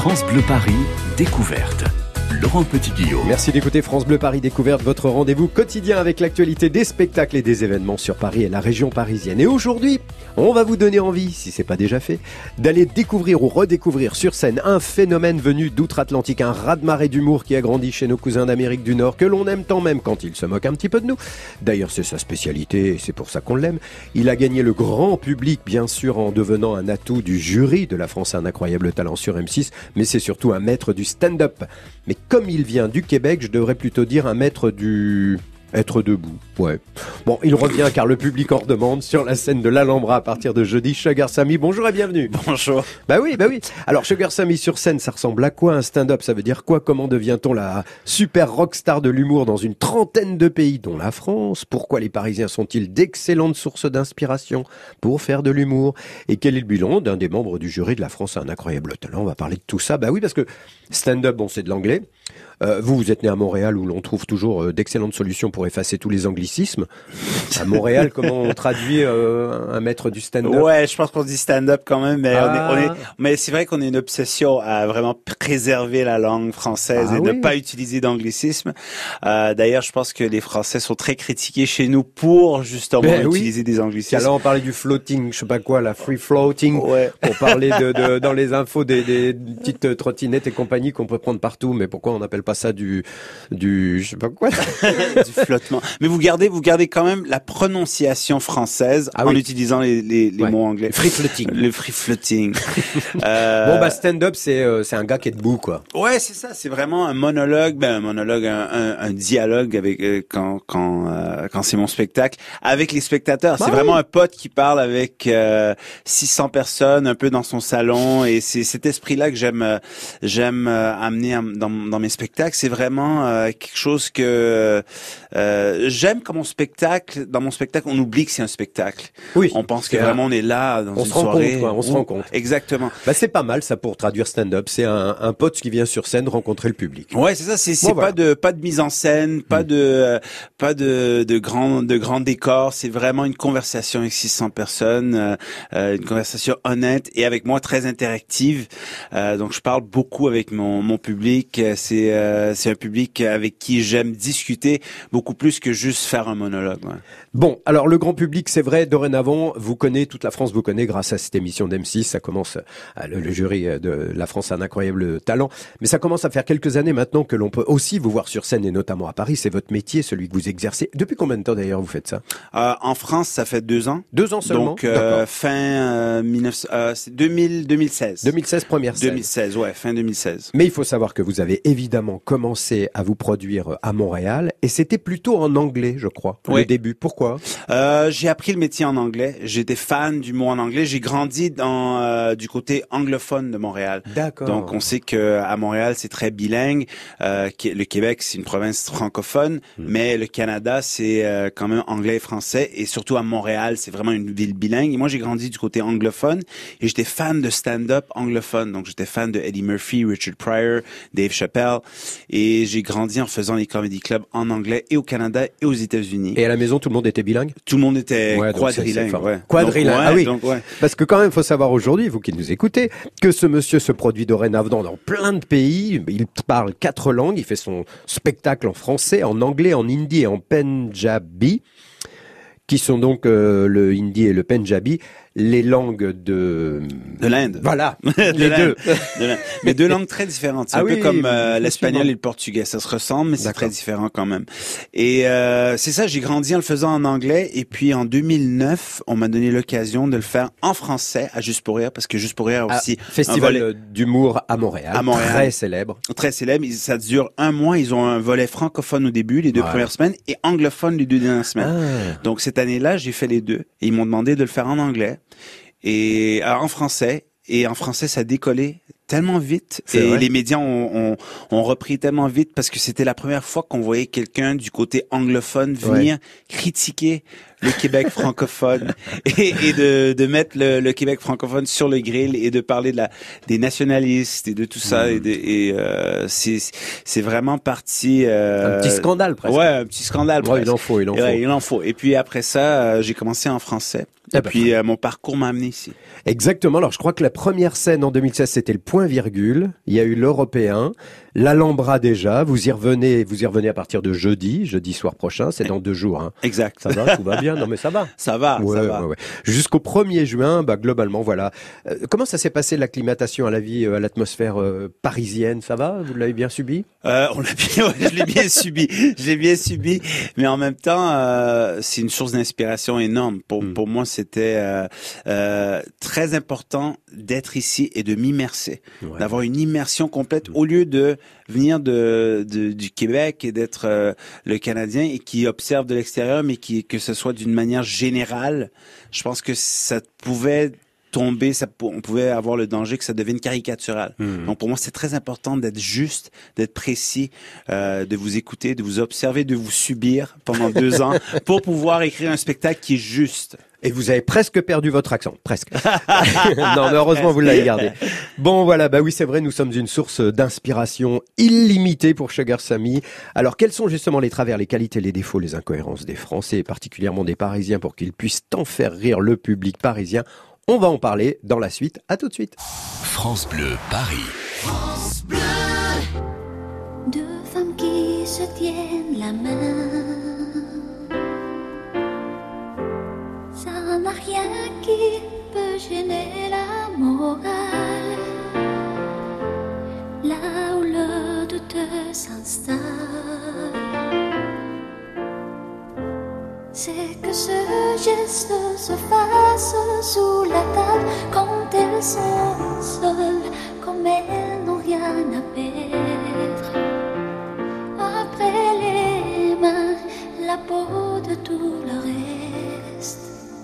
France Bleu Paris, découverte. Laurent Petit-Guillaume. Merci d'écouter France Bleu Paris Découverte, votre rendez-vous quotidien avec l'actualité des spectacles et des événements sur Paris et la région parisienne. Et aujourd'hui, on va vous donner envie, si c'est pas déjà fait, d'aller découvrir ou redécouvrir sur scène un phénomène venu d'outre-Atlantique, un raz-de-marée d'humour qui a grandi chez nos cousins d'Amérique du Nord, que l'on aime tant même quand ils se moquent un petit peu de nous. D'ailleurs, c'est sa spécialité et c'est pour ça qu'on l'aime. Il a gagné le grand public, bien sûr, en devenant un atout du jury de La France a un incroyable talent sur M6, mais c'est surtout un maître du stand-up. Mais comme il vient du Québec, je devrais plutôt dire un maître du... être debout, ouais. Bon, il revient car le public en redemande sur la scène de l'Alhambra à partir de jeudi. Sugar Sammy, bonjour et bienvenue. Bonjour. Bah oui. Alors, Sugar Sammy sur scène, ça ressemble à quoi un stand-up? Ça veut dire quoi? Comment devient-on la super rockstar de l'humour dans une trentaine de pays, dont la France? Pourquoi les Parisiens sont-ils d'excellentes sources d'inspiration pour faire de l'humour? Et quel est le bilan d'un des membres du jury de La France a un incroyable talent? On va parler de tout ça. Bah oui, parce que stand-up, bon, c'est de l'anglais. Vous êtes né à Montréal où l'on trouve toujours d'excellentes solutions pour effacer tous les anglicismes. À Montréal, comment on traduit un maître du stand-up? Ouais, je pense qu'on dit stand-up quand même, mais c'est vrai qu'on a une obsession à vraiment préserver la langue française et ne pas utiliser d'anglicisme. D'ailleurs, je pense que les Français sont très critiqués chez nous pour justement utiliser des anglicismes. Alors on parlait du floating, je sais pas quoi, la free floating, pour parler de dans les infos des petites trottinettes et compagnie qu'on peut prendre partout, mais pourquoi on appelle pas ça du je sais pas quoi du flottement. Mais vous gardez quand même la prononciation française en utilisant les mots anglais. Free floating. Le free floating. Bon bah stand-up c'est un gars qui est debout quoi. Ouais, c'est ça, c'est vraiment un monologue, un dialogue avec quand c'est mon spectacle avec les spectateurs. C'est vraiment un pote qui parle avec 600 personnes un peu dans son salon et c'est cet esprit-là que j'aime amener dans mes spectacles. C'est vraiment quelque chose que j'aime comme dans mon spectacle, on oublie que c'est un spectacle. Oui. On pense que vraiment on est là dans une soirée. On se rend compte. Exactement. Bah c'est pas mal ça pour traduire stand-up. C'est un pote qui vient sur scène rencontrer le public. Ouais, c'est ça. C'est pas de mise en scène, pas de grands décors. C'est vraiment une conversation avec 600 personnes, une conversation honnête et avec moi très interactive. Donc je parle beaucoup avec mon public. C'est un public avec qui j'aime discuter beaucoup plus que juste faire un monologue. Ouais. Bon, alors le grand public, c'est vrai, dorénavant, toute la France vous connaît grâce à cette émission d'M6. Ça commence, le jury de La France a un incroyable talent. Mais ça commence à faire quelques années maintenant que l'on peut aussi vous voir sur scène et notamment à Paris. C'est votre métier, celui que vous exercez. Depuis combien de temps d'ailleurs vous faites ça? En France, ça fait 2 ans. 2 ans seulement? Donc, fin 2016. 2016, première scène. 2016, ouais, fin 2016. Mais il faut savoir que vous avez évidemment commencé à vous produire à Montréal et c'était plutôt en anglais, je crois, au début. Pourquoi? J'ai appris le métier en anglais. J'étais fan du mot en anglais. J'ai grandi du côté anglophone de Montréal. D'accord. Donc, on sait que à Montréal, c'est très bilingue. Le Québec, c'est une province francophone, mais le Canada, c'est quand même anglais et français. Et surtout à Montréal, c'est vraiment une ville bilingue. Et moi, j'ai grandi du côté anglophone et j'étais fan de stand-up anglophone. Donc, j'étais fan de Eddie Murphy, Richard Pryor, Dave Chappelle. Et j'ai grandi en faisant les comedy clubs en anglais et au Canada et aux États-Unis. Et à la maison, tout le monde était bilingue? Tout le monde était quadrilingue. Quadrilingue, Parce que quand même, il faut savoir aujourd'hui, vous qui nous écoutez, que ce monsieur se produit dorénavant dans plein de pays. Il parle 4 langues. Il fait son spectacle en français, en anglais, en hindi et en punjabi, qui sont donc le hindi et le punjabi, les langues de l'Inde. Voilà, les deux. Mais 2 langues très différentes. C'est un peu comme l'espagnol et le portugais. Ça se ressemble, mais c'est très différent quand même. Et c'est ça, j'ai grandi en le faisant en anglais. Et puis en 2009, on m'a donné l'occasion de le faire en français à Juste pour rire, parce que Juste pour rire aussi festival d'humour à Montréal. Très célèbre. Très célèbre. Ça dure 1 mois. Ils ont un volet francophone au début, les 2 premières semaines, et anglophone les 2 dernières semaines. Donc cette année-là, j'ai fait les 2. Et ils m'ont demandé de le faire en anglais. Et en français, ça a décollé tellement vite et les médias ont repris tellement vite parce que c'était la première fois qu'on voyait quelqu'un du côté anglophone venir critiquer le Québec francophone et de mettre le Québec francophone sur le grill et de parler des nationalistes et de tout ça c'est vraiment parti un petit scandale presque. Ouais, un petit scandale presque. Il en faut. Et puis après ça, j'ai commencé en français. Et puis, mon parcours m'a amené ici. Exactement. Alors, je crois que la première scène en 2016, c'était le point virgule. Il y a eu l'Européen, l'Alhambra déjà. Vous y revenez à partir de jeudi soir prochain. C'est dans 2 jours. Hein. Exact. Ça va, tout va bien. Non, mais ça va. Ça va. Ouais. Jusqu'au 1er juin, globalement, voilà. Comment ça s'est passé l'acclimatation à la vie, à l'atmosphère parisienne? Ça va? Vous l'avez bien subi? Je l'ai bien subi. Je l'ai bien subi. Mais en même temps, c'est une source d'inspiration énorme. Pour moi, c'était très important d'être ici et de m'immerser, d'avoir une immersion complète au lieu de venir du Québec et d'être le Canadien et qui observe de l'extérieur, mais que ce soit d'une manière générale. Je pense que ça pouvait tomber, on pouvait avoir le danger que ça devienne caricatural. Donc pour moi, c'est très important d'être juste, d'être précis, de vous écouter, de vous observer, de vous subir pendant 2 ans pour pouvoir écrire un spectacle qui est juste. Et vous avez presque perdu votre accent, presque. Non, mais heureusement, vous l'avez gardé. Bon, voilà, oui, c'est vrai, nous sommes une source d'inspiration illimitée pour Sugar Sammy. Alors, quels sont justement les travers, les qualités, les défauts, les incohérences des Français, et particulièrement des Parisiens, pour qu'ils puissent tant faire rire le public parisien? On va en parler dans la suite. À tout de suite. France Bleu, Paris. France Bleu. 2 femmes qui se tiennent la main. Ça n'a rien qui peut gêner la morale. Là où le doute s'installe, c'est que ce geste se fasse sous la table quand elles sont seules, comme elles n'ont rien à perdre. Après les mains, la peau de tout le reste.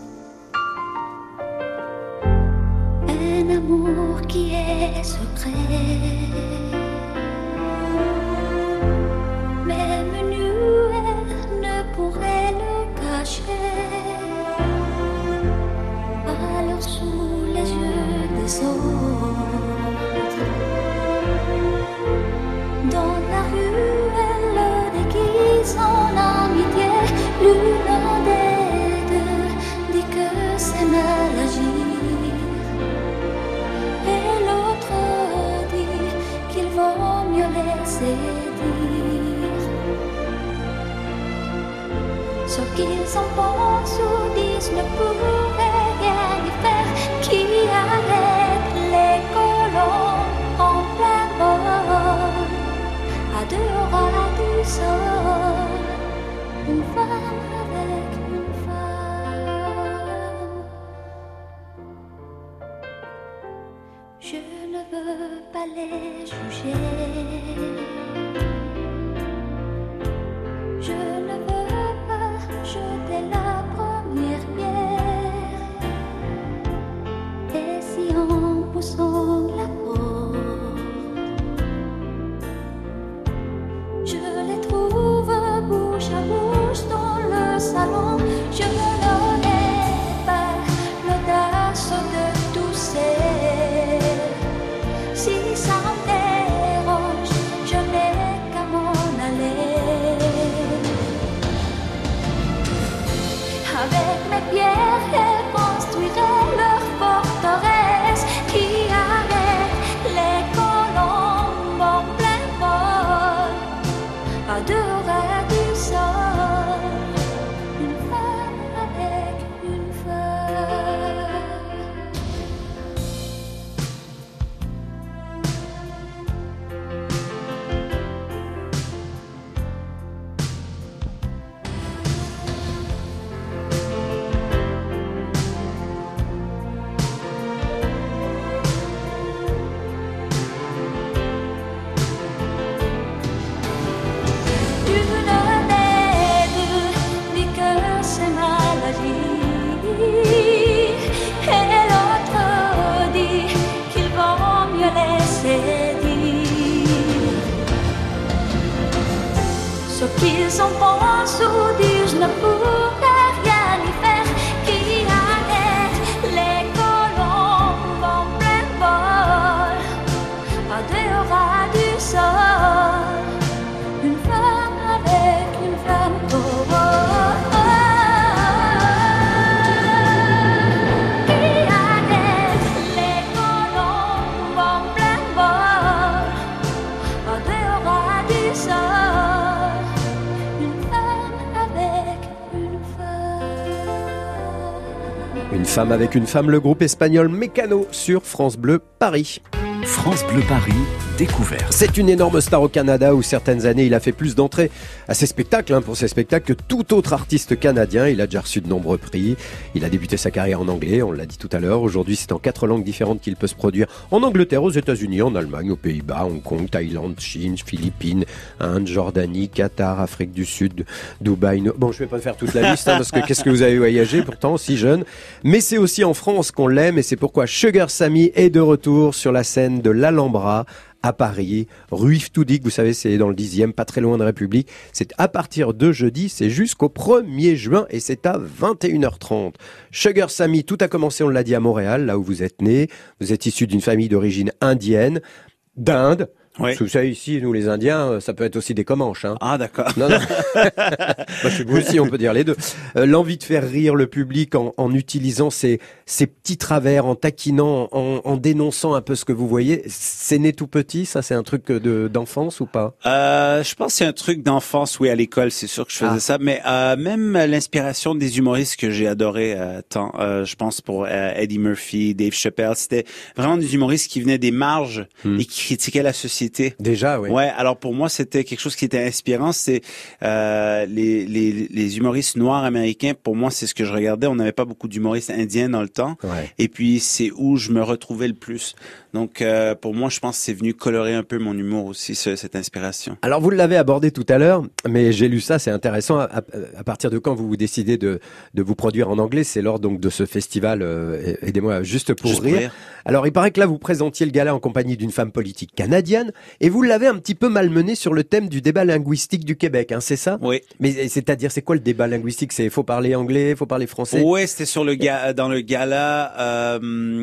Un amour qui est secret, même nu, elle ne pourrait le cacher. Alors sous les yeux des autres, dans la rue, elle le déguise en amitié. L'une des deux dit que c'est mal agir, et l'autre dit qu'il vaut mieux laisser dire. Ce qu'ils en pensent ou disent ne pourrait rien y faire. Qui arrête les colons en plein vol, à 2 ras du sol, une femme avec une femme. Je ne veux pas les juger, je ne veux pas jeter la première pierre. Et si en poussant la porte, je les trouve bouche à bouche dans le salon, je n'aurai pas l'audace de tousser. Si ça me dérange, je n'ai qu'à m'en aller. Avec mes pierres, elles construiraient leur forteresse qui arrête les colombes en plein vol, à 2 ras du sol, une femme avec une femme. Ce qu'ils en pensent ou disent ne pourrait rien y faire. Qui arrête les colombes en plein vol, à 2 ras du sol, une femme avec une femme. Oh, oh, oh. Femme avec une femme, le groupe espagnol Mécano sur France Bleu Paris. France Bleu Paris, découverte. C'est une énorme star au Canada où certaines années il a fait plus d'entrées à ses spectacles, pour ses spectacles, que tout autre artiste canadien. Il a déjà reçu de nombreux prix. Il a débuté sa carrière en anglais, on l'a dit tout à l'heure. Aujourd'hui, c'est en 4 langues différentes qu'il peut se produire. En Angleterre, aux États-Unis, en Allemagne, aux Pays-Bas, Hong Kong, Thaïlande, Chine, Philippines, Inde, Jordanie, Qatar, Afrique du Sud, Dubaï. Bon, je vais pas faire toute la liste, parce que qu'est-ce que vous avez voyagé pourtant, si jeune. Mais c'est aussi en France qu'on l'aime et c'est pourquoi Sugar Sammy est de retour sur la scène de l'Alhambra à Paris, rue Yves Toudic, vous savez, c'est dans le 10e, pas très loin de République. C'est à partir de jeudi, c'est jusqu'au 1er juin et c'est à 21h30. Sugar Sammy, tout a commencé, on l'a dit, à Montréal, là où vous êtes né. Vous êtes issu d'une famille d'origine indienne, d'Inde. Oui. Vous savez, ici, nous les Indiens, ça peut être aussi des Comanches. Hein. Ah, d'accord. Non, non. Moi, je suis vous aussi, on peut dire les deux. L'envie de faire rire le public en utilisant ces petits travers, en taquinant, en dénonçant un peu ce que vous voyez. C'est né tout petit, ça, c'est un truc d'enfance ou pas? Je pense que c'est un truc d'enfance, oui, à l'école, c'est sûr que je faisais ça. Mais même l'inspiration des humoristes que j'ai adoré tant, je pense pour Eddie Murphy, Dave Chappelle, c'était vraiment des humoristes qui venaient des marges et qui critiquaient la société. Déjà, oui. Ouais, alors pour moi, c'était quelque chose qui était inspirant. C'est les humoristes noirs américains. Pour moi, c'est ce que je regardais. On n'avait pas beaucoup d'humoristes indiens dans le temps. Ouais. Et puis, c'est où je me retrouvais le plus. Donc, pour moi, je pense que c'est venu colorer un peu mon humour aussi, cette inspiration. Alors, vous l'avez abordé tout à l'heure, mais j'ai lu ça, c'est intéressant. À partir de quand vous décidez de vous produire en anglais? C'est lors donc de ce festival, aidez-moi, Juste pour rire. Alors, il paraît que là, vous présentiez le gala en compagnie d'une femme politique canadienne, et vous l'avez un petit peu malmené sur le thème du débat linguistique du Québec, hein, c'est ça? Oui. Mais c'est-à-dire, c'est quoi le débat linguistique? C'est faut parler anglais, faut parler français? Oui, c'était sur dans le gala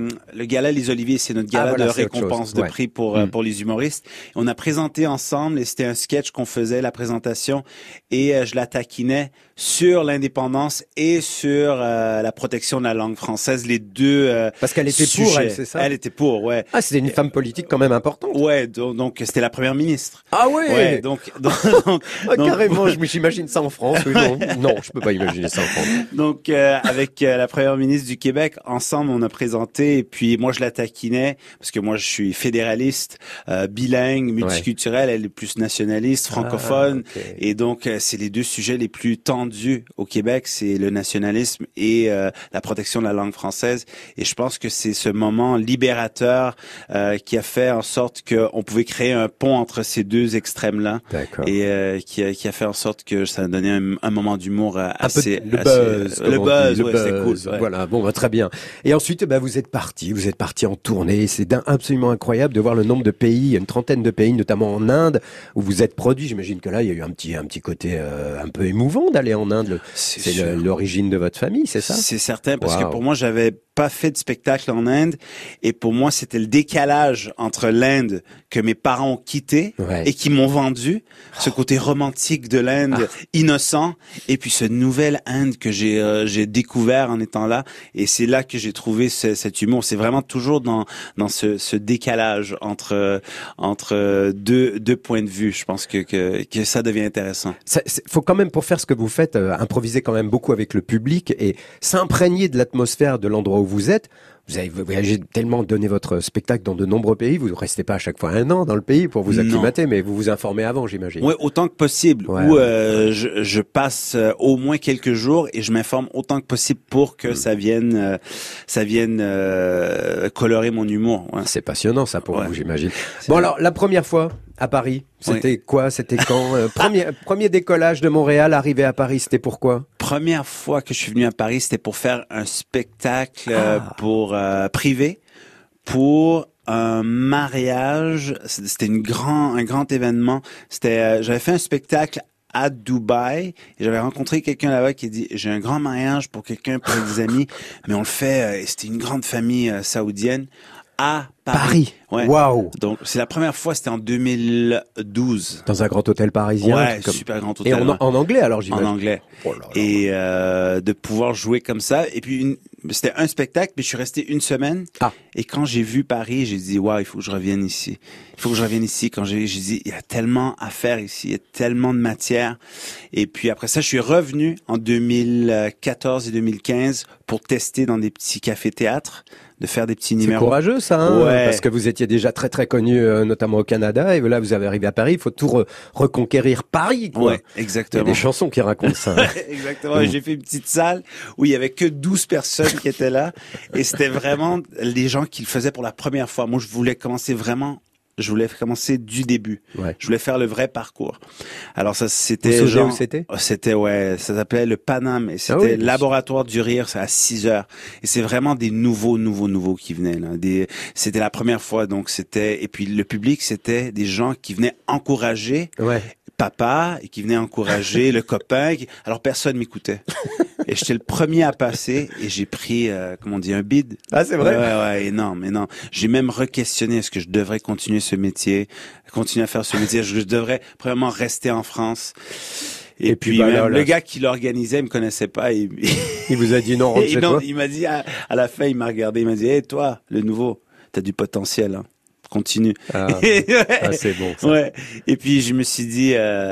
Les Oliviers, c'est notre gala de récompense de prix pour les humoristes. On a présenté ensemble et c'était un sketch qu'on faisait, la présentation, et je la taquinais sur l'indépendance et sur la protection de la langue française, les deux Parce qu'elle était sujets. pour, elle, c'est ça? Elle était pour, ouais. Ah, c'était une femme politique quand même importante. Ouais, donc c'était la première ministre. Ah ouais. Ouais, donc carrément, j'imagine ça en France. Oui, non, je peux pas imaginer ça en France. Donc avec la première ministre du Québec, ensemble on a présenté, et puis moi je la taquinais parce que moi je suis fédéraliste, bilingue, multiculturel, elle est plus nationaliste, francophone, et donc c'est les deux sujets les plus tendus au Québec, c'est le nationalisme et la protection de la langue française, et je pense que c'est ce moment libérateur qui a fait en sorte qu'on pouvait créer un pont entre ces deux extrêmes-là. D'accord. Et qui a fait en sorte que ça a donné un moment d'humour assez... Le buzz, c'était cool. Ouais. Voilà, bon, très bien. Et ensuite, vous êtes parti en tournée. C'est absolument incroyable de voir le nombre de pays, il y a une trentaine de pays, notamment en Inde, où vous êtes produit. J'imagine que là, il y a eu un petit côté un peu émouvant d'aller en Inde. C'est l'origine de votre famille, c'est ça? C'est certain, parce que pour moi, j'avais pas fait de spectacle en Inde, et pour moi c'était le décalage entre l'Inde que mes parents ont quitté et qui m'ont vendu, ce côté romantique de l'Inde, innocent, et puis ce nouvel Inde que j'ai découvert en étant là, et c'est là que j'ai trouvé cet humour. C'est vraiment toujours dans ce décalage entre deux points de vue. Je pense que ça devient intéressant. Faut quand même, pour faire ce que vous faites, improviser quand même beaucoup avec le public et s'imprégner de l'atmosphère de l'endroit où vous êtes. Vous avez voyagé tellement, donné votre spectacle dans de nombreux pays. Vous ne restez pas à chaque fois 1 an dans le pays pour vous acclimater, mais vous vous informez avant, j'imagine. Oui, autant que possible. Je passe au moins quelques jours et je m'informe autant que possible pour que ça vienne colorer mon humour. Ouais. C'est passionnant ça pour vous, j'imagine. Bon alors, la première fois à Paris, c'était quoi? C'était quand? Premier décollage de Montréal, arrivé à Paris, c'était pourquoi? Première fois que je suis venu à Paris, c'était pour faire un spectacle pour privé, pour un mariage. C'était un grand événement. J'avais fait un spectacle à Dubaï et j'avais rencontré quelqu'un là-bas qui a dit j'ai un grand mariage pour quelqu'un, pour des amis, mais on le fait. C'était une grande famille saoudienne à Paris. Ouais. Waouh. Donc c'est la première fois, c'était en 2012. Dans un grand hôtel parisien. Ouais, super grand hôtel. Et en anglais alors, j'imagine. En anglais. Oh là là. Et de pouvoir jouer comme ça. Et puis c'était un spectacle, mais je suis resté 1 semaine. Et quand j'ai vu Paris, j'ai dit waouh, il faut que je revienne ici. Il faut que je revienne ici. Quand j'ai dit il y a tellement à faire ici, il y a tellement de matière. Et puis après ça, je suis revenu en 2014 et 2015 pour tester dans des petits cafés-théâtres, de faire des petits C'est numéros. courageux ça, hein, Ouais. parce que vous étiez déjà très très connu, notamment au Canada, et là vous avez arrivé à Paris, il faut tout reconquérir Paris, quoi. Ouais, Il y a exactement. des chansons qui racontent ça. Hein. Exactement. J'ai fait une petite salle où il y avait que 12 personnes qui étaient là, et c'était vraiment les gens qui le faisaient pour la première fois. Moi, je voulais commencer du début. Ouais. Je voulais faire le vrai parcours. Alors ça, Vous c'était savez genre, où c'était? C'était, ouais, ça s'appelait le Paname, et c'était Ah oui, bien laboratoire du rire, c'est à 6 heures. Et c'est vraiment des nouveaux qui venaient, là. C'était la première fois, donc et puis le public, c'était des gens qui venaient encourager Ouais. papa, et qui venaient encourager le copain. Alors personne m'écoutait. Et j'étais le premier à passer, et j'ai pris, un bid. Ah, c'est vrai? Ouais, énorme. J'ai même re-questionné, est-ce que je devrais continuer ce métier, continuer à faire ce métier, je devrais vraiment rester en France. Et puis bah, même là, le gars qui l'organisait, il me connaissait pas. Il vous a dit non, rentre chez toi. il m'a dit, à la fin, il m'a regardé, il m'a dit, hey, toi, le nouveau, t'as du potentiel, hein. Continue. Ah, c'est bon. Ça. Ouais. Et puis je me suis dit,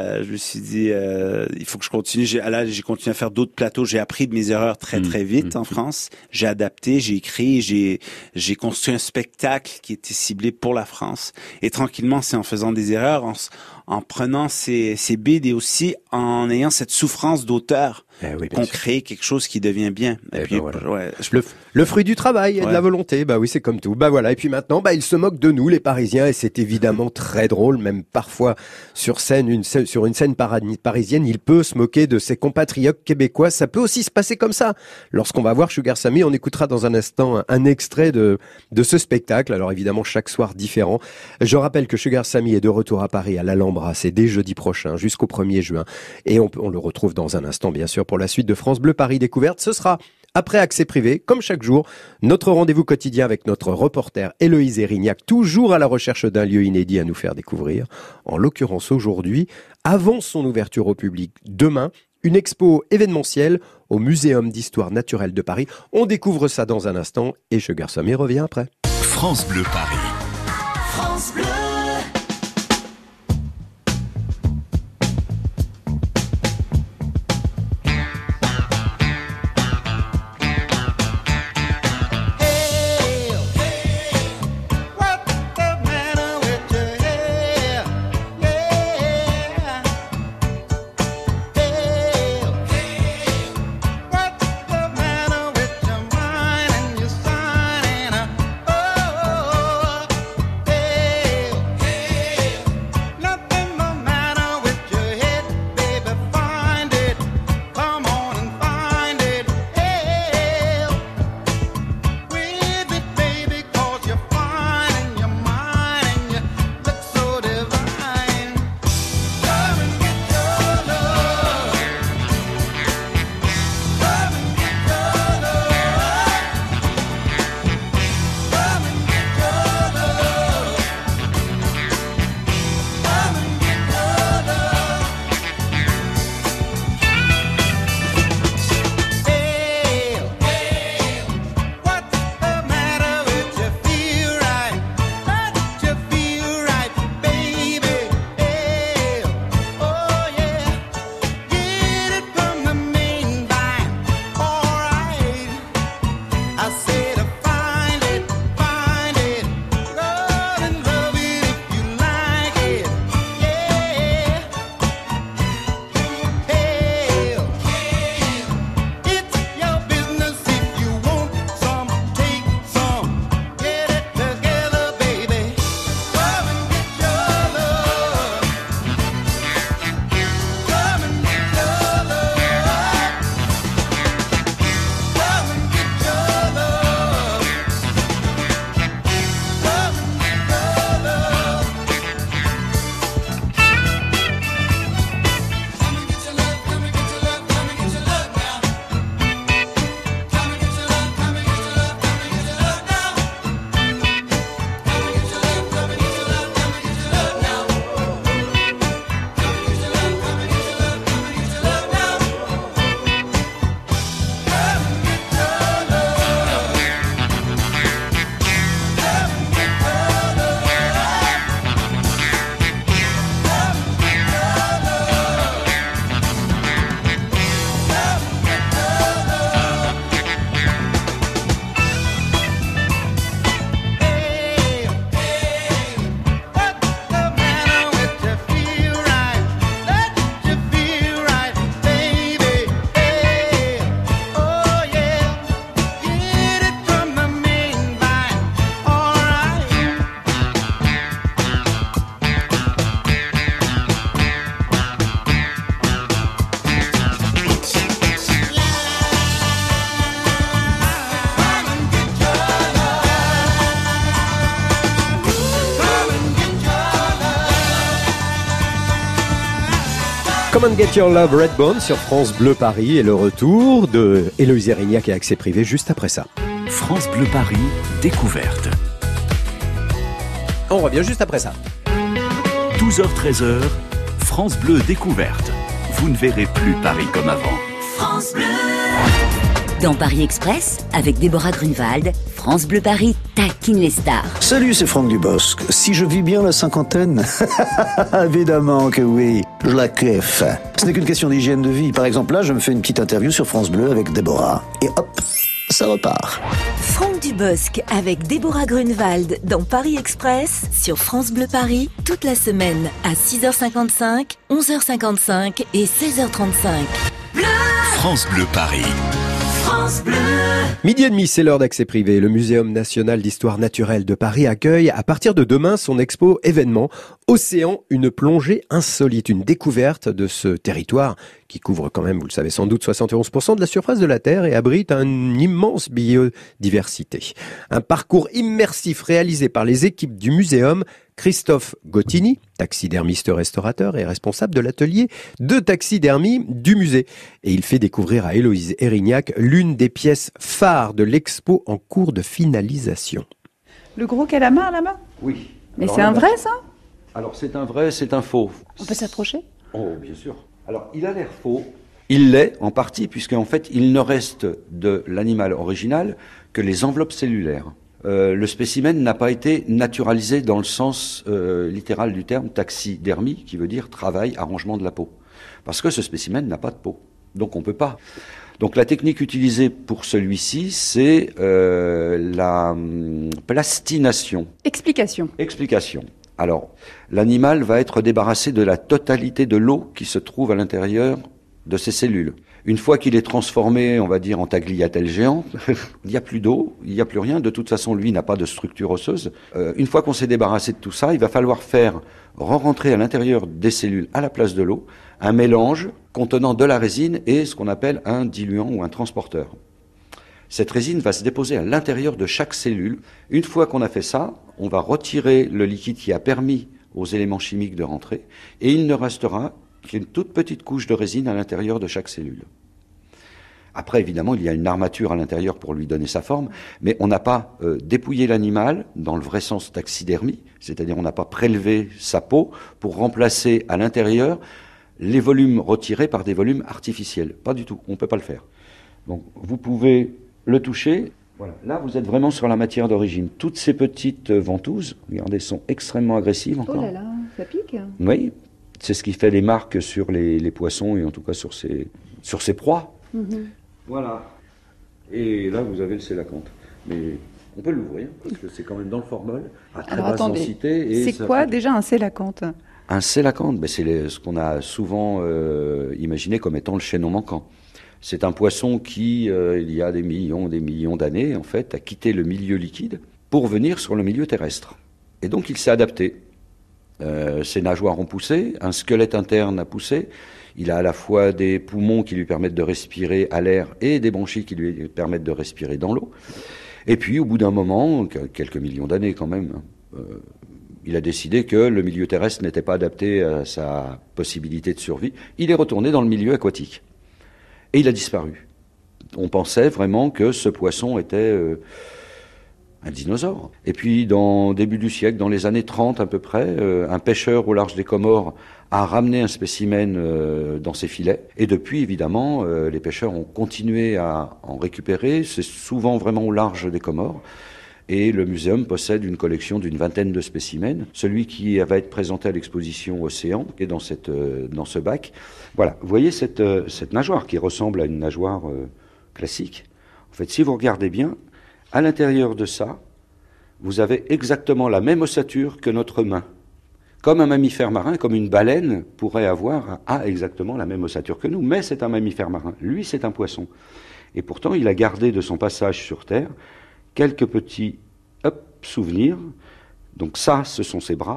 il faut que je continue. J'ai continué à faire d'autres plateaux. J'ai appris de mes erreurs très vite en France. J'ai adapté, j'ai écrit, j'ai construit un spectacle qui était ciblé pour la France. Et tranquillement, c'est en faisant des erreurs, en prenant ces bides, et aussi en ayant cette souffrance d'auteur, Oui, qu'on crée quelque chose qui devient bien. Et puis, voilà. ouais, Le fruit du travail et de la volonté, bah oui, c'est comme tout. Bah voilà, et puis maintenant, ils se moquent de nous, les Parisiens, et c'est évidemment très drôle, même parfois sur une scène parisienne, il peut se moquer de ses compatriotes québécois. Ça peut aussi se passer comme ça. Lorsqu'on va voir Sugar Sammy, on écoutera dans un instant un extrait de ce spectacle. Alors évidemment, chaque soir différent. Je rappelle que Sugar Sammy est de retour à Paris, à l'Alhambra. C'est dès jeudi prochain, jusqu'au 1er juin. Et on le retrouve dans un instant, bien sûr, pour la suite de France Bleu Paris Découverte. Ce sera après Accès Privé, comme chaque jour, notre rendez-vous quotidien avec notre reporter Héloïse Erignac, toujours à la recherche d'un lieu inédit à nous faire découvrir. En l'occurrence aujourd'hui, avant son ouverture au public demain, une expo événementielle au Muséum d'Histoire Naturelle de Paris. On découvre ça dans un instant et Sugar Sammy revient après. France Bleu Paris. France Bleu. What's the matter with your mind and your sign? Oh, Come and Get Your Love, Redbone sur France Bleu Paris et le retour de Héloïse Erignac et Accès Privé juste après ça. France Bleu Paris, découverte. On revient juste après ça. 12h-13h, France Bleu découverte. Vous ne verrez plus Paris comme avant. France Bleu. Dans Paris Express, avec Déborah Grunewald, France Bleu Paris taquine les stars. Salut, c'est Franck Dubosc. Si je vis bien la cinquantaine, évidemment que oui, je la kiffe. Ce n'est qu'une question d'hygiène de vie. Par exemple, là, je me fais une petite interview sur France Bleu avec Déborah. Et hop, ça repart. Franck Dubosc avec Déborah Grunewald dans Paris Express sur France Bleu Paris toute la semaine à 6h55, 11h55 et 16h35. France Bleu Paris. France Bleu. Midi et demi, c'est l'heure d'Accès Privé. Le Muséum national d'histoire naturelle de Paris accueille à partir de demain son expo événement Océan, une plongée insolite, une découverte de ce territoire qui couvre quand même, vous le savez sans doute, 71% de la surface de la Terre et abrite une immense biodiversité. Un parcours immersif réalisé par les équipes du muséum. Christophe Gottini, taxidermiste restaurateur et responsable de l'atelier de taxidermie du musée. Et il fait découvrir à Héloïse Erignac l'une des pièces phares de l'expo en cours de finalisation. Le gros calamar là-bas ? Oui. Mais Alors c'est un vrai ça ? Alors c'est un vrai, c'est un faux. On peut s'approcher ? Oh, bien sûr. Alors il a l'air faux. Il l'est en partie puisqu'en fait il ne reste de l'animal original que les enveloppes cellulaires. Le spécimen n'a pas été naturalisé dans le sens littéral du terme taxidermie, qui veut dire travail, arrangement de la peau. Parce que ce spécimen n'a pas de peau. Donc on ne peut pas. Donc la technique utilisée pour celui-ci, c'est la plastination. Explication. Explication. Alors, l'animal va être débarrassé de la totalité de l'eau qui se trouve à l'intérieur de ses cellules. Une fois qu'il est transformé, on va dire, en tagliatelle géant, il n'y a plus d'eau, il n'y a plus rien. De toute façon, lui n'a pas de structure osseuse. Une fois qu'on s'est débarrassé de tout ça, il va falloir faire re-rentrer à l'intérieur des cellules, à la place de l'eau, un mélange contenant de la résine et ce qu'on appelle un diluant ou un transporteur. Cette résine va se déposer à l'intérieur de chaque cellule. Une fois qu'on a fait ça, on va retirer le liquide qui a permis aux éléments chimiques de rentrer et il ne restera qu'une toute petite couche de résine à l'intérieur de chaque cellule. Après, évidemment, il y a une armature à l'intérieur pour lui donner sa forme, mais on n'a pas dépouillé l'animal dans le vrai sens taxidermie, c'est-à-dire on n'a pas prélevé sa peau pour remplacer à l'intérieur les volumes retirés par des volumes artificiels. Pas du tout, on ne peut pas le faire. Donc vous pouvez le toucher. Voilà. Là, vous êtes vraiment sur la matière d'origine. Toutes ces petites ventouses, regardez, sont extrêmement agressives encore. Oh là là, ça pique ? Oui, c'est ce qui fait les marques sur les poissons et en tout cas sur ses proies. Mm-hmm. Voilà. Et là, vous avez le sélacanthe. Mais on peut l'ouvrir parce que c'est quand même dans le formol, à très basse densité. Et c'est quoi déjà un sélacanthe ? Un sélacanthe, c'est ce qu'on a souvent imaginé comme étant le chaînon manquant. C'est un poisson qui, il y a des millions d'années, en fait, a quitté le milieu liquide pour venir sur le milieu terrestre. Et donc, il s'est adapté. Ses nageoires ont poussé, un squelette interne a poussé. Il a à la fois des poumons qui lui permettent de respirer à l'air et des bronchies qui lui permettent de respirer dans l'eau. Et puis, au bout d'un moment, quelques millions d'années quand même, il a décidé que le milieu terrestre n'était pas adapté à sa possibilité de survie. Il est retourné dans le milieu aquatique. Et il a disparu. On pensait vraiment que ce poisson était un dinosaure. Et puis, début du siècle, dans les années 30 à peu près, un pêcheur au large des Comores a ramené un spécimen dans ses filets. Et depuis, évidemment, les pêcheurs ont continué à en récupérer. C'est souvent vraiment au large des Comores. Et le muséum possède une collection d'une vingtaine de spécimens. Celui qui va être présenté à l'exposition Océan, qui est dans ce bac. Voilà, vous voyez cette nageoire qui ressemble à une nageoire classique. En fait, si vous regardez bien, à l'intérieur de ça, vous avez exactement la même ossature que notre main. Comme un mammifère marin, comme une baleine pourrait a exactement la même ossature que nous, mais c'est un mammifère marin. Lui, c'est un poisson. Et pourtant, il a gardé de son passage sur Terre quelques petits souvenirs. Donc ça, ce sont ses bras.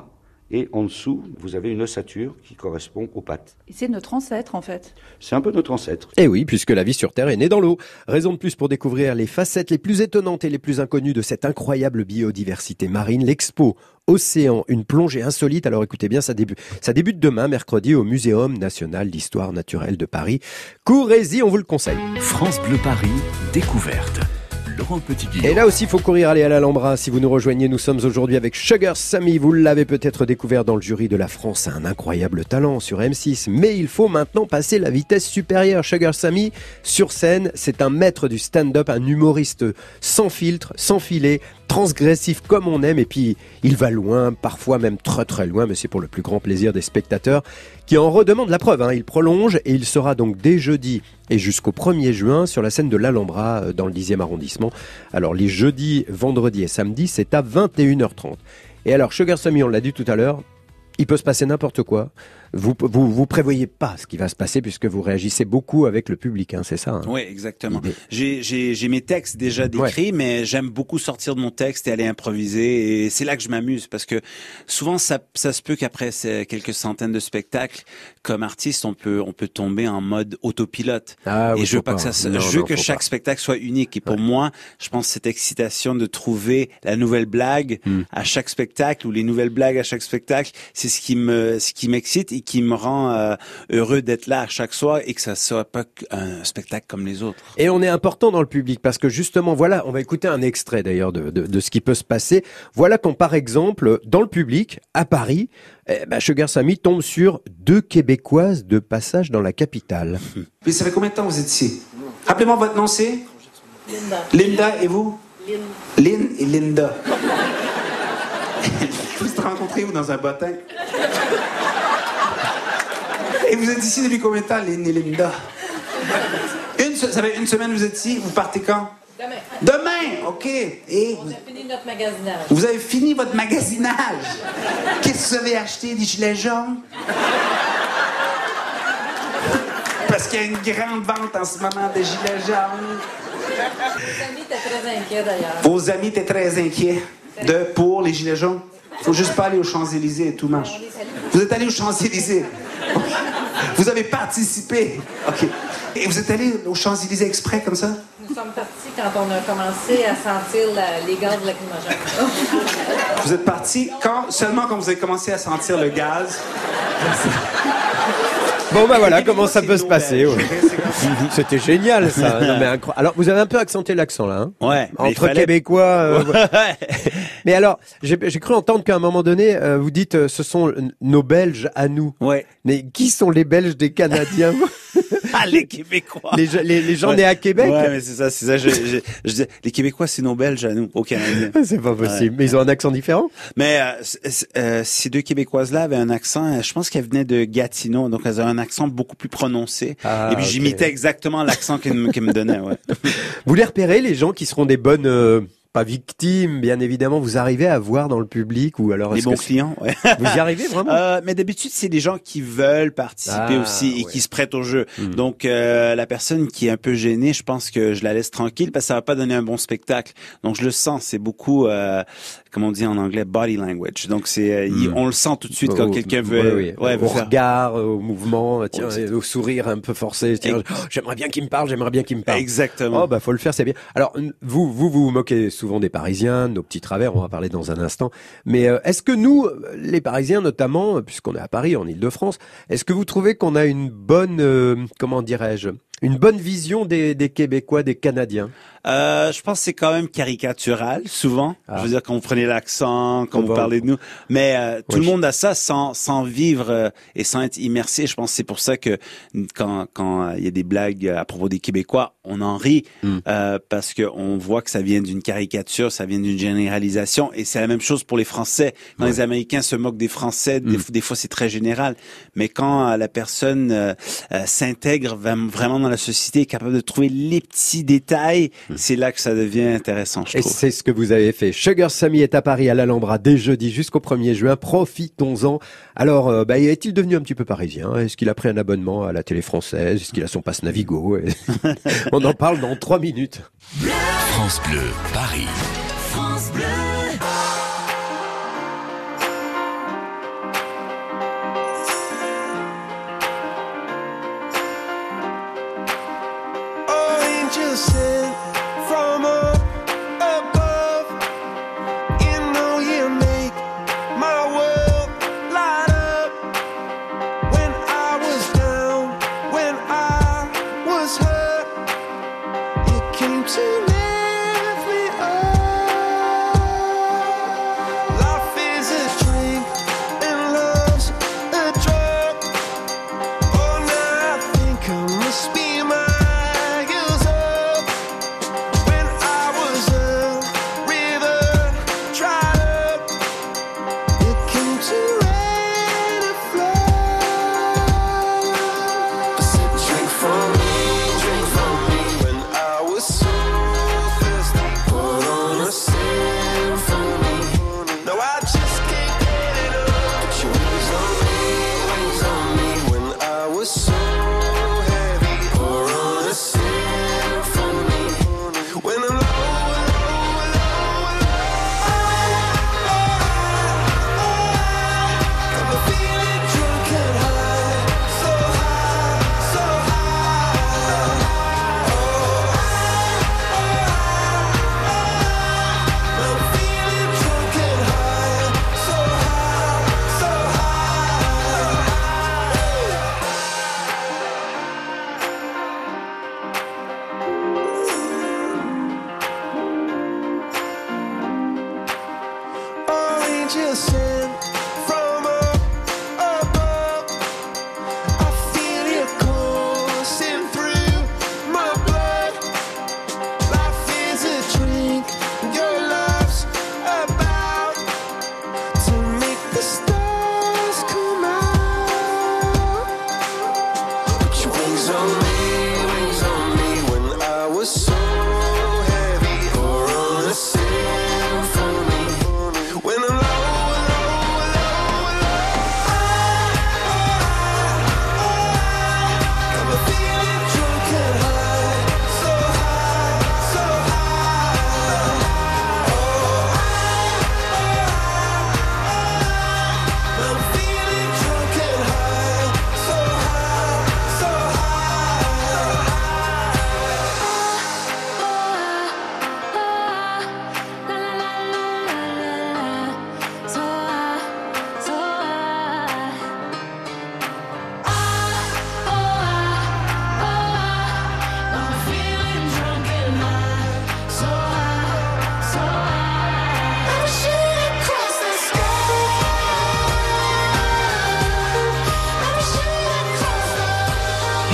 Et en dessous, vous avez une ossature qui correspond aux pattes. Et c'est notre ancêtre, en fait. C'est un peu notre ancêtre. Et oui, puisque la vie sur Terre est née dans l'eau. Raison de plus pour découvrir les facettes les plus étonnantes et les plus inconnues de cette incroyable biodiversité marine. L'Expo Océan, une plongée insolite. Alors écoutez bien, ça débute demain, mercredi, au Muséum national d'histoire naturelle de Paris. Courez-y, on vous le conseille. France Bleu Paris, découverte. Laurent Petit-Guillaume. Et là aussi, il faut courir aller à l'Alhambra. Si vous nous rejoignez, nous sommes aujourd'hui avec Sugar Sammy. Vous l'avez peut-être découvert dans le jury de La France a un incroyable talent sur M6. Mais il faut maintenant passer la vitesse supérieure. Sugar Sammy, sur scène, c'est un maître du stand-up, un humoriste sans filtre, sans filet, transgressif comme on aime. Et puis, il va loin, parfois même très très loin, mais c'est pour le plus grand plaisir des spectateurs qui en redemandent la preuve. Il prolonge et il sera donc dès jeudi et jusqu'au 1er juin sur la scène de l'Alhambra dans le 10e arrondissement. Alors les jeudis, vendredis et samedis, c'est à 21h30. Et alors Sugar Sammy, on l'a dit tout à l'heure, il peut se passer n'importe quoi. Vous prévoyez pas ce qui va se passer puisque vous réagissez beaucoup avec le public, c'est ça. Oui, exactement. J'ai mes textes déjà décrits, mais j'aime beaucoup sortir de mon texte et aller improviser. Et c'est là que je m'amuse parce que souvent ça se peut qu'après quelques centaines de spectacles, comme artiste, on peut tomber en mode autopilote. Et je veux pas que je veux que chaque spectacle soit unique. Et pour moi, je pense que cette excitation de trouver la nouvelle blague à chaque spectacle ou les nouvelles blagues à chaque spectacle, c'est ce qui m'excite et qui me rend heureux d'être là à chaque soir et que ça soit pas un spectacle comme les autres. Et on est important dans le public parce que justement, voilà, on va écouter un extrait d'ailleurs de ce qui peut se passer. Voilà quand par exemple, dans le public, à Paris, Sugar Sammy tombe sur 2 Québécoises de passage dans la capitale. Puis ça fait combien de temps que vous êtes ici? Rappelez-moi votre nom, c'est? Linda. Linda, et vous? Lynn et Linda. Vous êtes rencontrés où dans un bottin? Et vous êtes ici depuis combien de temps, Lynn et Linda? Ça fait une semaine que vous êtes ici? Vous partez quand? Demain. Demain, OK. Et on a fini notre magasinage. Vous avez fini votre magasinage? Qu'est-ce que vous avez acheté? Des gilets jaunes? Parce qu'il y a une grande vente en ce moment de gilets jaunes. Vos amis étaient très inquiets, d'ailleurs. Vos amis étaient très inquiets pour les gilets jaunes? Faut juste pas aller aux Champs-Élysées et tout marche. Vous êtes allé aux Champs-Élysées? Vous avez participé? OK. Et vous êtes allé aux Champs-Élysées exprès comme ça? Nous sommes partis quand on a commencé à sentir les gaz lacrymogènes. Vous êtes partis seulement quand vous avez commencé à sentir le gaz? Bon voilà comment ça peut se passer. Ouais. C'était génial ça. Non, mais alors vous avez un peu accenté l'accent là. Ouais. Entre Québécois. Mais alors j'ai cru entendre qu'à un moment donné vous dites ce sont nos Belges à nous. Ouais. Mais qui sont les Belges des Canadiens? Les Québécois. Les gens nés à Québec. Ouais, mais c'est ça. Je dis, les Québécois, c'est nos Belges à nous, au Canada. C'est pas possible. Mais ils ont un accent différent. Mais ces 2 Québécoises-là avaient un accent. Je pense qu'elles venaient de Gatineau, donc elles avaient un accent beaucoup plus prononcé. Et puis j'imitais exactement l'accent qu'elles me donnaient. Ouais. Vous les repérez, les gens qui seront des bonnes. Pas victimes, bien évidemment, vous arrivez à voir dans le public ou alors les bons clients, ouais. Vous y arrivez vraiment? Mais d'habitude, c'est des gens qui veulent participer aussi et qui se prêtent au jeu. Donc, la personne qui est un peu gênée, je pense que je la laisse tranquille parce que ça va pas donner un bon spectacle. Donc, je le sens. C'est beaucoup, comme on dit en anglais, body language. Donc, on le sent tout de suite quand quelqu'un veut, au regard, au mouvement, au sourire un peu forcé. J'aimerais bien qu'il me parle, Exactement. Oh, faut le faire, c'est bien. Alors, vous moquez souvent des Parisiens, nos petits travers, on va parler dans un instant. Mais est-ce que nous, les Parisiens notamment, puisqu'on est à Paris, en Île-de-France, est-ce que vous trouvez qu'on a une bonne, une bonne vision des Québécois, des Canadiens? Je pense que c'est quand même caricatural, souvent. Je veux dire, quand vous prenez l'accent, quand vous parlez de nous. Mais tout le monde a ça sans vivre et sans être immersé. Je pense que c'est pour ça que quand il y a des blagues à propos des Québécois, on en rit parce que on voit que ça vient d'une caricature, ça vient d'une généralisation. Et c'est la même chose pour les Français. Quand les Américains se moquent des Français, des fois c'est très général. Mais quand la personne s'intègre vraiment dans la société, est capable de trouver les petits détails, c'est là que ça devient intéressant, je trouve. Et c'est ce que vous avez fait. Sugar Sammy est à Paris, à l'Alhambra, dès jeudi jusqu'au 1er juin. Profitons-en. Alors, est-il devenu un petit peu parisien? Est-ce qu'il a pris un abonnement à la télé française? Est-ce qu'il a son passe Navigo? On en parle dans 3 minutes. France Bleu, Paris. France Bleu.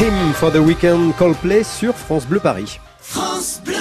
Him for the Weekend Coldplay sur France Bleu Paris. France Bleu.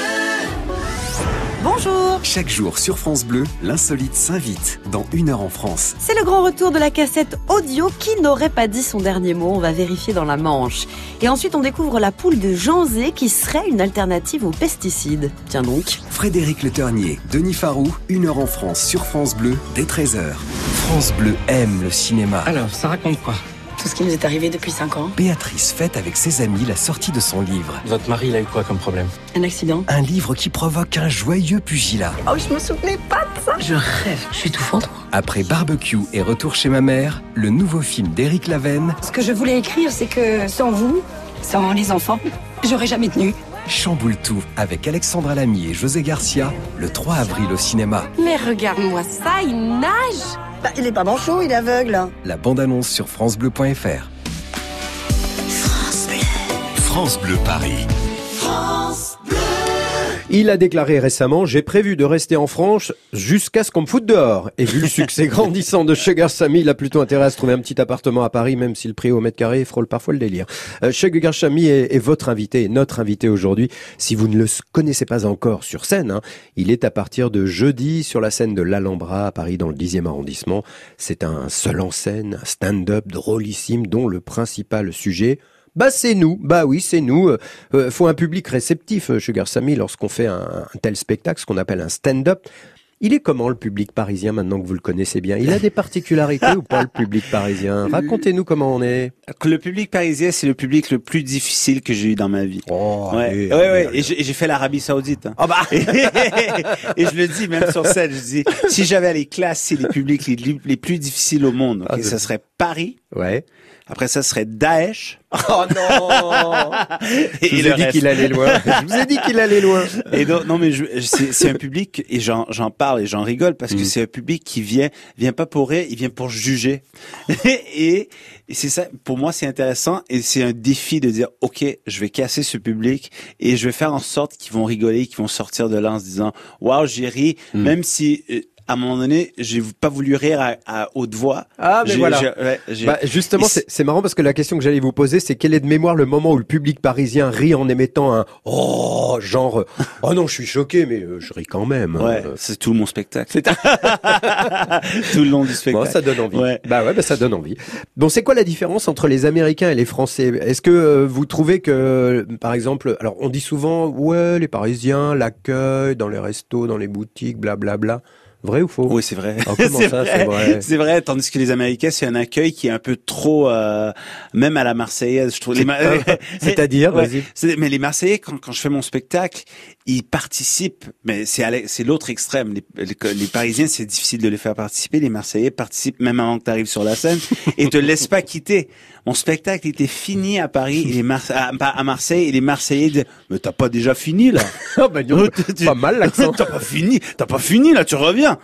Bonjour. Chaque jour sur France Bleu, l'insolite s'invite dans 1 heure en France. C'est le grand retour de la cassette audio Qui n'aurait pas dit son dernier mot. On va vérifier dans la Manche. Et ensuite, on découvre la poule de Jean Zé qui serait une alternative aux pesticides. Tiens donc. Frédéric Le Ternier, Denis Farou, 1 heure en France sur France Bleu dès 13h. France Bleu aime le cinéma. Alors, ça raconte quoi ? Tout ce qui nous est arrivé depuis 5 ans. Béatrice fête avec ses amis la sortie de son livre. Votre mari, il a eu quoi comme problème ? Un accident. Un livre qui provoque un joyeux pugilat. Oh, je me souvenais pas de ça. Je rêve, je suis tout fendre. Après Barbecue et Retour chez ma mère, le nouveau film d'Éric Lavenne. Ce que je voulais écrire, c'est que sans vous, sans les enfants, j'aurais jamais tenu. Chamboule tout avec Alexandra Lamy et José Garcia le 3 avril au cinéma. Mais regarde-moi ça, il nage. Bah, il est pas manchot, il est aveugle. La bande-annonce sur francebleu.fr. France Bleu. France Bleu Paris. France Bleu. Il a déclaré récemment « J'ai prévu de rester en France jusqu'à ce qu'on me foute dehors ». Et vu le succès grandissant de Sugar Sammy, il a plutôt intérêt à se trouver un petit appartement à Paris, même si le prix au mètre carré frôle parfois le délire. Sugar Sammy est votre invité, notre invité aujourd'hui. Si vous ne le connaissez pas encore sur scène, il est à partir de jeudi sur la scène de l'Alhambra à Paris dans le 10e arrondissement. C'est un seul en scène, un stand-up drôlissime dont le principal sujet... c'est nous. Oui, c'est nous. Faut un public réceptif, Sugar Sammy, lorsqu'on fait un tel spectacle, ce qu'on appelle un stand-up. Il est comment le public parisien maintenant que vous le connaissez bien ? Il a des particularités ou pas le public parisien ? Racontez-nous comment on est. Le public parisien, c'est le public le plus difficile que j'ai eu dans ma vie. Oh, ouais. Et j'ai fait l'Arabie Saoudite. Et je le dis même sur scène, je dis, si j'avais à les classer les publics les plus difficiles au monde, ça serait Paris. Ouais. Après ça serait Daesh. Oh non. Je vous ai dit qu'il allait loin. Je vous ai dit qu'il allait loin. Et donc, non mais c'est un public, et j'en parle et j'en rigole parce que c'est un public qui vient pas pour rire, il vient pour juger. et c'est ça, pour moi c'est intéressant et c'est un défi de dire ok, je vais casser ce public et je vais faire en sorte qu'ils vont rigoler, qu'ils vont sortir de là en se disant waouh, j'ai ri, même si à un moment donné, j'ai pas voulu rire à haute voix. Mais voilà. Justement, c'est marrant parce que la question que j'allais vous poser, c'est quel est de mémoire le moment où le public parisien rit en émettant un « oh » genre « oh non, je suis choqué, mais je ris quand même ». Ouais, c'est tout mon spectacle. Tout le long du spectacle. Bon, ça donne envie. Ça donne envie. Bon, c'est quoi la différence entre les Américains et les Français ? Est-ce que vous trouvez que, par exemple, alors on dit souvent « ouais, les Parisiens, l'accueil dans les restos, dans les boutiques, blablabla ». Vrai ou faux ? Oui, c'est vrai. Oh, comment c'est vrai. C'est vrai, tandis que les Américains, c'est un accueil qui est un peu trop, même à la Marseillaise, je trouve. C'est-à-dire, vas-y. Mais les Marseillais, quand je fais mon spectacle, ils participent, mais c'est l'autre extrême. Les Parisiens, c'est difficile de les faire participer. Les Marseillais participent même avant que tu arrives sur la scène et te laissent pas quitter. Mon spectacle était fini à Paris, et à Marseille, et les Marseillais disaient « Mais t'as pas déjà fini, là ?» Oh, non, pas mal, l'accent. T'as pas fini, là, tu reviens.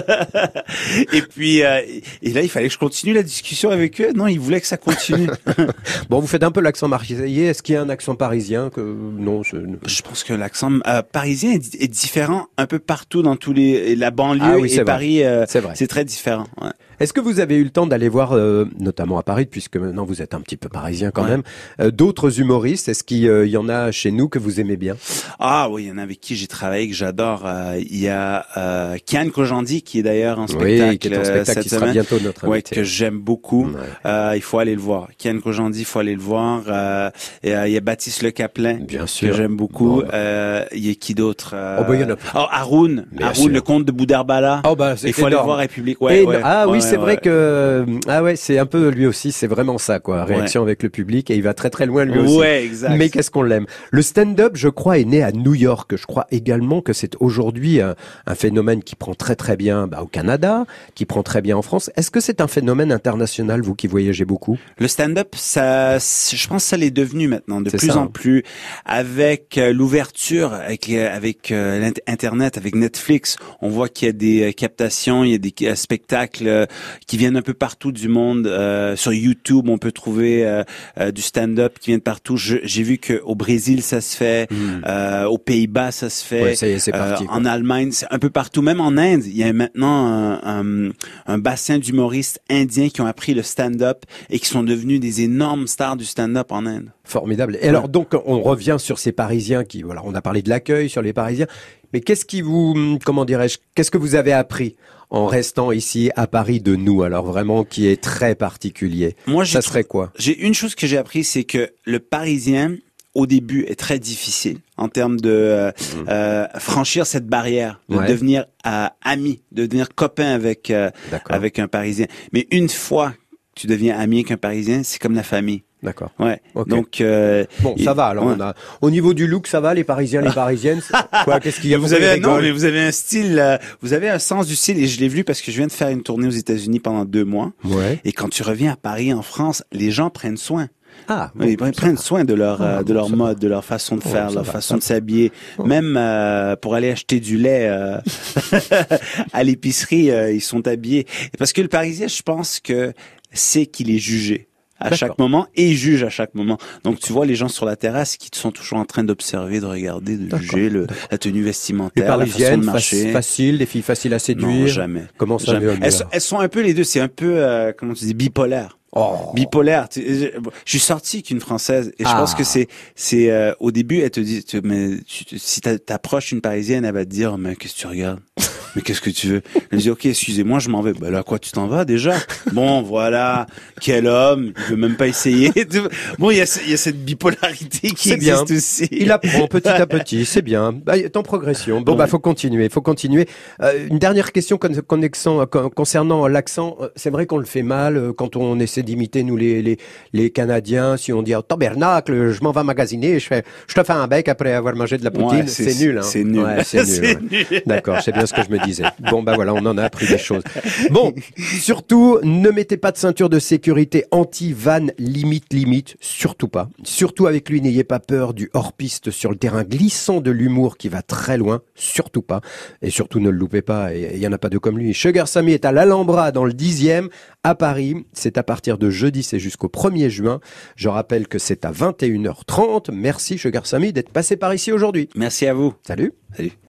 Et puis, et là, il fallait que je continue la discussion avec eux. Non, ils voulaient que ça continue. Bon, vous faites un peu l'accent marseillais. Est-ce qu'il y a un accent parisien non, je pense que l'accent parisien est différent un peu partout dans la banlieue et Paris. C'est vrai. C'est très différent. Ouais. Est-ce que vous avez eu le temps d'aller voir, notamment à Paris, puisque maintenant vous êtes un petit peu parisien quand même, d'autres humoristes ? Est-ce qu'il y en a chez nous que vous aimez bien ? Ah oui, il y en a avec qui j'ai travaillé, que j'adore. Il y a Kian Kojandi, qui est d'ailleurs en spectacle, qui est en spectacle, qui sera bientôt notre invité. Que j'aime beaucoup. Ouais. Il faut aller le voir. Kian Kojandi, il faut aller le voir. Il y a Baptiste Le Caplin, bien sûr, que j'aime beaucoup. Il y a qui d'autre il y en a... Haroun, le comte de Boudherbala. Il faut aller voir République. C'est vrai que c'est un peu lui aussi, c'est vraiment ça quoi, réaction avec le public et il va très très loin lui aussi. Ouais, exact. Mais qu'est-ce qu'on l'aime. Le stand-up, je crois, est né à New York. Je crois également que c'est aujourd'hui un phénomène qui prend très très bien au Canada, qui prend très bien en France. Est-ce que c'est un phénomène international, vous qui voyagez beaucoup ? Le stand-up, je pense que ça l'est devenu maintenant de plus en plus avec l'ouverture avec l'internet, avec Netflix. On voit qu'il y a des captations, il y a des spectacles qui viennent un peu partout du monde. Sur YouTube, on peut trouver du stand-up qui vient de partout. J'ai vu que au Brésil, ça se fait, aux Pays-Bas, ça se fait, Ouais, ça y est, c'est parti, quoi. en Allemagne, c'est un peu partout. Même en Inde, il y a maintenant un bassin d'humoristes indiens qui ont appris le stand-up et qui sont devenus des énormes stars du stand-up en Inde. Formidable. Et alors donc on revient sur ces Parisiens qui, voilà, on a parlé de l'accueil sur les Parisiens, mais qu'est-ce qui vous, comment dirais-je, qu'est-ce que vous avez appris en restant ici à Paris de nous, alors vraiment qui est très particulier? Moi, ça serait quoi? J'ai une chose que j'ai appris, c'est que le Parisien au début est très difficile en termes de franchir cette barrière, de devenir ami, de devenir copain avec un Parisien. Mais une fois que tu deviens ami avec un Parisien, c'est comme la famille. D'accord. Ouais. Okay. Donc bon, ça va. Alors on a au niveau du look, ça va, les Parisiens, les Parisiennes. Quoi, qu'est-ce qu'il y a? Vous avez vous avez un style, vous avez un sens du style, et je l'ai vu parce que je viens de faire une tournée aux États-Unis pendant 2 mois. Ouais. Et quand tu reviens à Paris, en France, les gens prennent soin. Ah, bon, ils prennent soin de leur mode, de leur façon de faire, leur façon de s'habiller. Même pour aller acheter du lait à l'épicerie, ils sont habillés. Parce que le Parisien, je pense que c'est qu'il est jugé à chaque moment et il juge à chaque moment. Donc tu vois les gens sur la terrasse qui sont toujours en train d'observer, de regarder, de juger la tenue vestimentaire, la façon de marcher. Facile, des filles faciles à séduire. Non, jamais. Comment ça? Jamais. Elles sont un peu les deux. C'est un peu comment tu dis, bipolaire. Oh. Bipolaire. Je suis sorti avec une Française et je pense que c'est au début elle te dit si t'approches une Parisienne, elle va te dire mais qu'est-ce que tu regardes? Mais qu'est-ce que tu veux? Elle me dit, ok, excusez-moi, je m'en vais. Ben là, quoi, tu t'en vas déjà? Bon, voilà. Quel homme. Il veut même pas essayer. Bon, il y a cette bipolarité qui existe aussi. Il apprend petit à petit. C'est bien. Bah, il est en progression. Bon, faut continuer. Une dernière question concernant l'accent. C'est vrai qu'on le fait mal quand on essaie d'imiter, nous, les Canadiens. Si on dit, tabernacle, je m'en vais magasiner, je te fais un bec après avoir mangé de la poutine. Ouais, c'est nul, hein. C'est nul. Ouais, c'est nul. D'accord. C'est bien ce que je me disais. Bon, bah voilà, on en a appris des choses. Bon, surtout, ne mettez pas de ceinture de sécurité anti-van limite, surtout pas. Surtout avec lui, n'ayez pas peur du hors-piste sur le terrain glissant de l'humour qui va très loin, surtout pas. Et surtout, ne le loupez pas, il y en a pas deux comme lui. Sugar Sammy est à l'Alhambra dans le 10e à Paris. C'est à partir de jeudi, c'est jusqu'au 1er juin. Je rappelle que c'est à 21h30. Merci Sugar Sammy d'être passé par ici aujourd'hui. Merci à vous. Salut. Salut.